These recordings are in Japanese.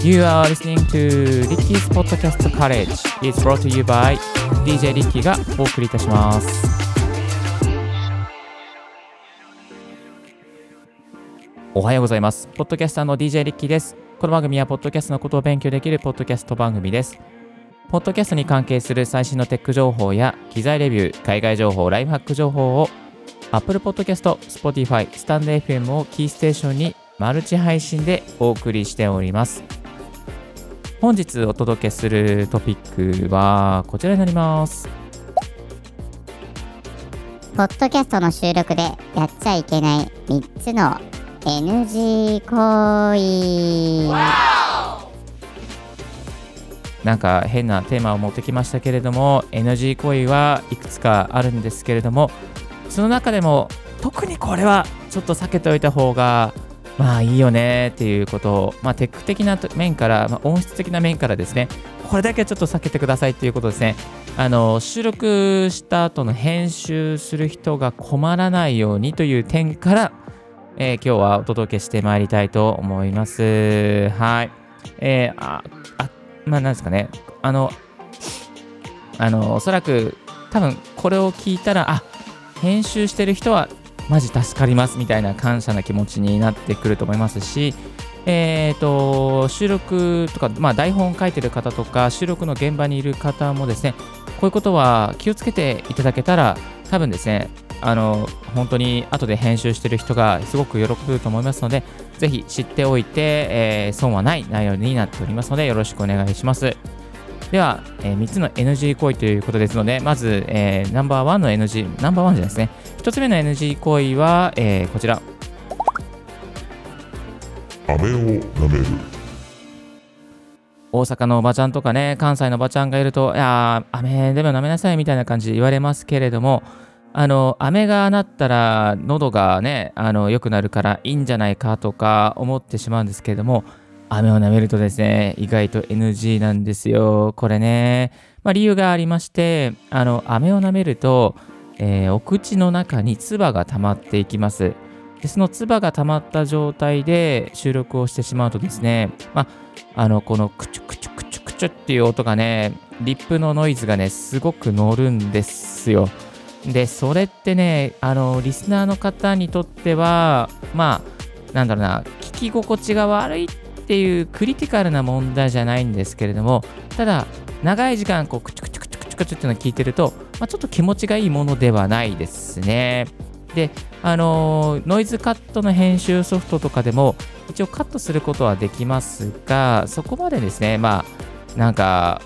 You are listening to Ricky's Podcast College. It's brought to you by DJ Ricky がお送りいたします。おはようございます。ポッドキャスターの DJ リッキーです。この番組はポッドキャストのことを勉強できるポッドキャスト番組です。ポッドキャストに関係する最新のテック情報や機材レビュー、海外情報、ライフハック情報を Apple Podcast、Spotify、StandFM をキーステーションにマルチ配信でお送りしております。本日お届けするトピックはこちらになります。 ポッドキャストの収録でやっちゃいけない3つの NG 行為。 なんか変なテーマを持ってきましたけれども、 NG 行為はいくつかあるんですけれども、その中でも特にこれはちょっと避けておいた方がまあいいよねっていうことを、テック的な面から、音質的な面からですね、これだけはちょっと避けてくださいっていうことですね。収録した後の編集する人が困らないようにという点から、今日はお届けしてまいりたいと思います。はい。なんですかね。おそらく多分これを聞いたら、編集してる人はマジ助かりますみたいな感謝な気持ちになってくると思いますし、収録とか、台本書いてる方とか収録の現場にいる方もですね、こういうことは気をつけていただけたら多分ですね、本当に後で編集してる人がすごく喜ぶと思いますので、ぜひ知っておいて、損はない内容になっておりますのでよろしくお願いします。では、3つの NG 行為ということですので、まず、ナンバー1の NG、ナンバー1じゃないですね。1つ目の NG 行為は、こちら。 飴を舐める。 大阪のおばちゃんとかね、関西のおばちゃんがいると、いやー、飴でも舐めなさいみたいな感じで言われますけれども、飴がなったら喉がね、良くなるからいいんじゃないかとか思ってしまうんですけれども、飴を舐めるとですね、意外と NG なんですよ。これね、理由がありまして、飴を舐めると、お口の中に唾が溜まっていきます。で、その唾が溜まった状態で収録をしてしまうとですね、このクチュクチュクチュクチュっていう音がね、リップのノイズがね、すごく乗るんですよ。で、それってね、リスナーの方にとっては、聞き心地が悪いっていうクリティカルな問題じゃないんですけれども、ただ長い時間クチュクチュクチュクチュクチュっていうのを聞いてると、ちょっと気持ちがいいものではないですね。で、ノイズカットの編集ソフトとかでも一応カットすることはできますが、そこまでですね、カッ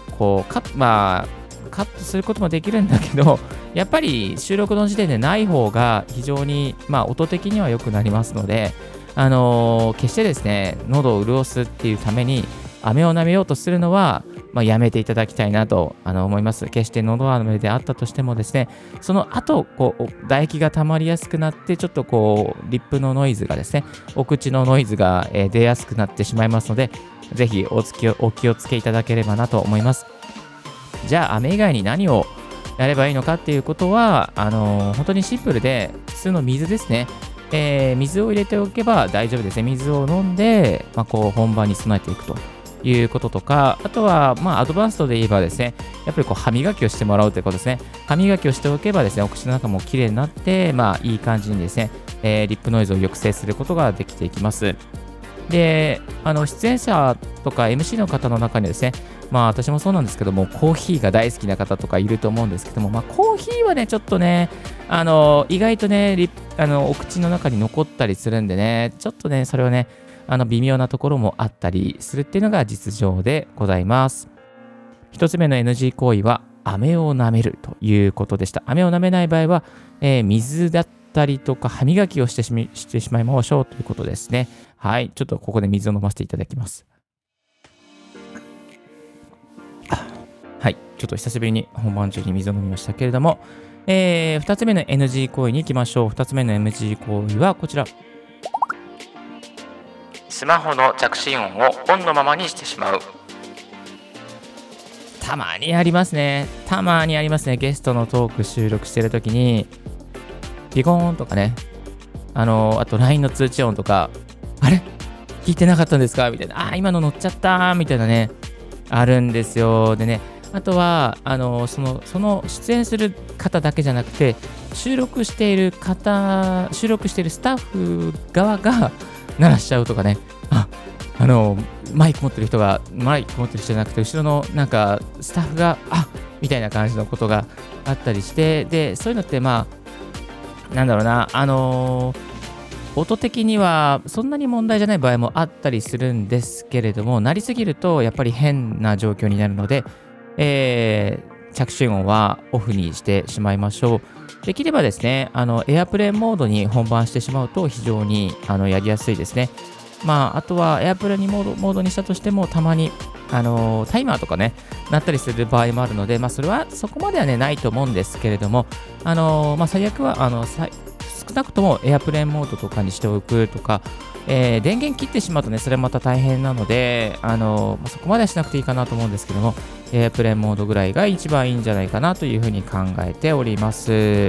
トすることもできるんだけど、やっぱり収録の時点でない方が非常に音的には良くなりますので、決してですね、喉を潤すっていうために飴を舐めようとするのは、やめていただきたいなと思います。決して喉飴であったとしてもですね、その後唾液が溜まりやすくなって、ちょっとリップのノイズがですね、お口のノイズが出やすくなってしまいますので、ぜひお気をつけいただければなと思います。じゃあ飴以外に何をやればいいのかっていうことは、本当にシンプルで、普通の水ですね。水を入れておけば大丈夫ですね。水を飲んで、本番に備えていくということとか、あとは、アドバンストで言えばですね、やっぱり歯磨きをしてもらうということですね。歯磨きをしておけばですね、お口の中もきれいになって、いい感じにですね、リップノイズを抑制することができていきます。で、出演者とか MC の方の中にですね、私もそうなんですけども、コーヒーが大好きな方とかいると思うんですけども、コーヒーはね、ちょっとね、意外とね、お口の中に残ったりするんでね、ちょっとね、それはね、微妙なところもあったりするっていうのが実情でございます。一つ目の NG 行為は、飴を舐めるということでした。飴を舐めない場合は、水だったりとか歯磨きをしてしまいましょうということですね。はい、ちょっとここで水を飲ませていただきます。はい、ちょっと久しぶりに本番中に水を飲みましたけれども、2つ目の NG 行為に行きましょう。2つ目の NG 行為はこちら。スマホの着信音をオンのままにしてしまう。たまにありますね。ゲストのトーク収録してるときに、ピコーンとかね、あと LINE の通知音とか、あれ聞いてなかったんですかみたいな、今の乗っちゃったみたいなね、あるんですよ。でね、あとは、その出演する方だけじゃなくて、収録しているスタッフ側が鳴らしちゃうとかね、マイク持ってる人じゃなくて、後ろのなんかスタッフが、みたいな感じのことがあったりして、で、そういうのって、なんだろうな、音的にはそんなに問題じゃない場合もあったりするんですけれども、なりすぎるとやっぱり変な状況になるので、着信音はオフにしてしまいましょう。できればですね、エアプレインモードに本番してしまうと非常にやりやすいですね。あとはエアプレインモードにしたとしても、たまにタイマーとかね、なったりする場合もあるので、それはそこまではね、ないと思うんですけれども、最悪は少なくともエアプレインモードとかにしておくとか、電源切ってしまうとね、それまた大変なので、そこまではしなくていいかなと思うんですけども、エアプレインモードぐらいが一番いいんじゃないかなというふうに考えております。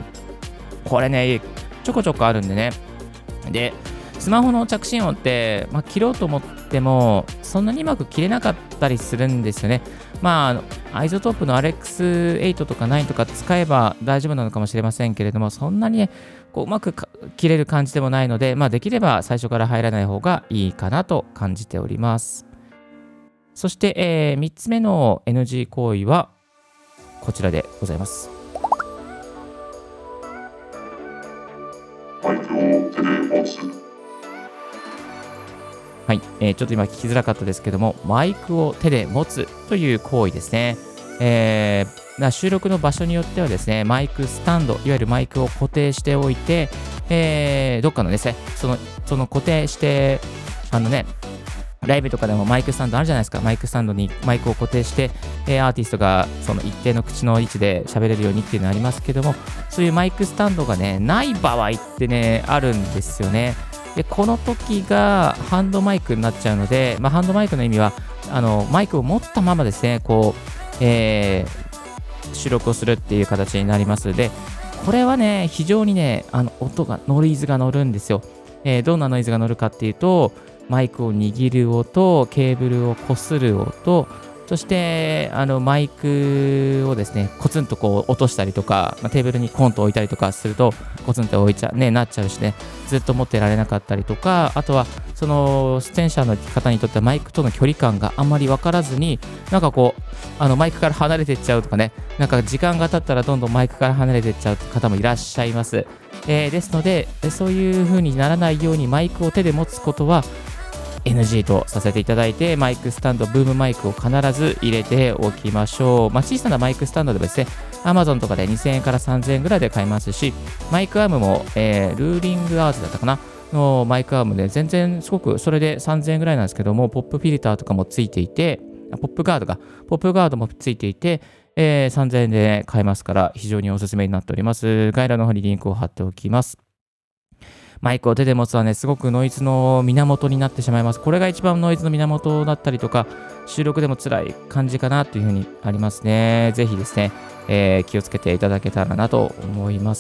これね、ちょこちょこあるんでね。で、スマホの着信音って、切ろうと思っても、そんなにうまく切れなかったりするんですよね。アイゾトープの RX8 とか9とか使えば大丈夫なのかもしれませんけれども、そんなにね、うまく切れる感じでもないので、できれば最初から入らない方がいいかなと感じております。そして、3つ目の NG 行為はこちらでございます。 マイクを手で持つ。 はい、ちょっと今聞きづらかったですけども、マイクを手で持つという行為ですね。収録の場所によってはですね、マイクスタンド、いわゆるマイクを固定しておいて、どっかのですね、その固定して、ライブとかでもマイクスタンドあるじゃないですか。マイクスタンドにマイクを固定して、アーティストがその一定の口の位置で喋れるようにっていうのありますけども、そういうマイクスタンドがね、ない場合ってね、あるんですよね。で、この時がハンドマイクになっちゃうので、ハンドマイクの意味は、マイクを持ったままですね、収録をするっていう形になりますので、これはね、非常にね、ノイズが乗るんですよ。どんなノイズが乗るかっていうと、マイクを握る音、ケーブルを擦る音、そしてマイクをですね、コツンと落としたりとか、テーブルにコンと置いたりとかすると、コツンとなっちゃうしね、ずっと持ってられなかったりとか、あとはその出演者の方にとってはマイクとの距離感があまり分からずに、マイクから離れていっちゃうとかね、時間が経ったらどんどんマイクから離れていっちゃう方もいらっしゃいます。ですので、そういう風にならないようにマイクを手で持つことは NG とさせていただいて、マイクスタンド、ブームマイクを必ず入れておきましょう。小さなマイクスタンドでですね、Amazon とかで2000円から3000円ぐらいで買えますし、マイクアームも、ルーリングアーズだったかなのマイクアームで全然すごくそれで3000円ぐらいなんですけども、ポップフィルターとかもついていて、ポップガードもついていて、3000円で買えますから非常におすすめになっております。概要欄の方にリンクを貼っておきます。マイクを手で持つはね、すごくノイズの源になってしまいます。これが一番ノイズの源だったりとか、収録でも辛い感じかなというふうにありますね。ぜひですね、気をつけていただけたらなと思います。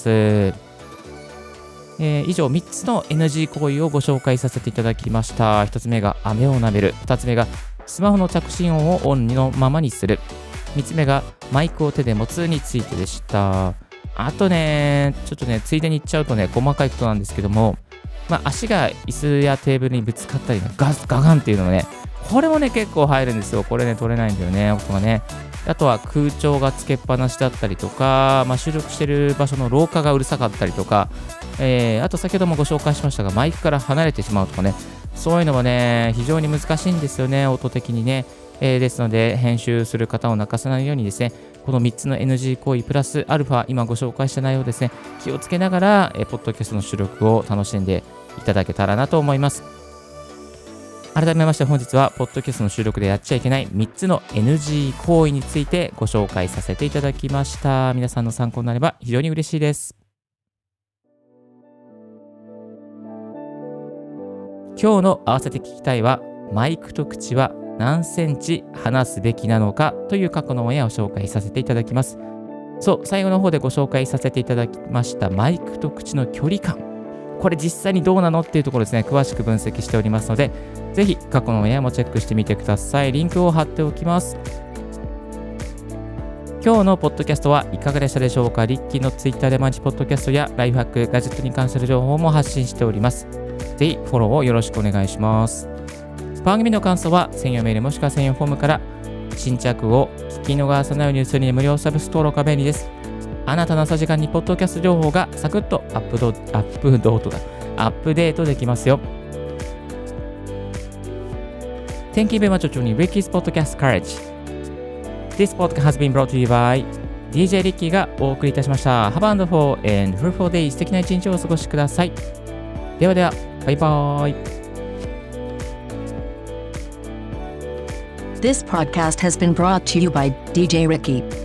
以上3つの NG 行為をご紹介させていただきました。1つ目が飴を舐める。2つ目がスマホの着信音をオンのままにする。3つ目がマイクを手で持つについてでした。あとね、ちょっとね、ついでに言っちゃうとね、細かいことなんですけども、足が椅子やテーブルにぶつかったりね、ガガンっていうのもね、これもね、結構入るんですよ。これね、取れないんだよね、音がね。あとは空調がつけっぱなしだったりとか、収録してる場所の廊下がうるさかったりとか、あと先ほどもご紹介しましたが、マイクから離れてしまうとかね、そういうのはね、非常に難しいんですよね、音的にね。ですので、編集する方を泣かさないようにですね、この3つの NG 行為プラスアルファ、今ご紹介した内容ですね、気をつけながら、ポッドキャストの収録を楽しんでいただけたらなと思います。改めまして本日は、ポッドキャストの収録でやっちゃいけない3つの NG 行為についてご紹介させていただきました。皆さんの参考になれば非常に嬉しいです。今日の合わせて聞きたいは、マイクと口は何センチ離すべきなのかという過去のオンエアを紹介させていただきます。そう、最後の方でご紹介させていただきましたマイクと口の距離感。 これ実際にどうなのっていうところですね、詳しく分析しておりますので、ぜひ過去のオンエアもチェックしてみてください。リンクを貼っておきます。今日のポッドキャストはいかがでしたでしょうか。リッキーのツイッターで毎日ポッドキャストやライフハック、ガジェットに関する情報も発信しております。ぜひフォローをよろしくお願いします。番組の感想は専用メールもしくは専用フォームから、新着を聞き逃さないようにするに無料サービス登録が便利です。あなたの朝時間にポッドキャスト情報がサクッとアップデートできますよ。Thank you very much for joining Ricky's Podcast Courage。This podcast has been brought to you by DJ リッキーがお送りいたしました。Have a wonderful and fruitful day。素敵な一日をお過ごしください。ではでは、バイバーイ。 This podcast has been brought to you by DJ Ricky.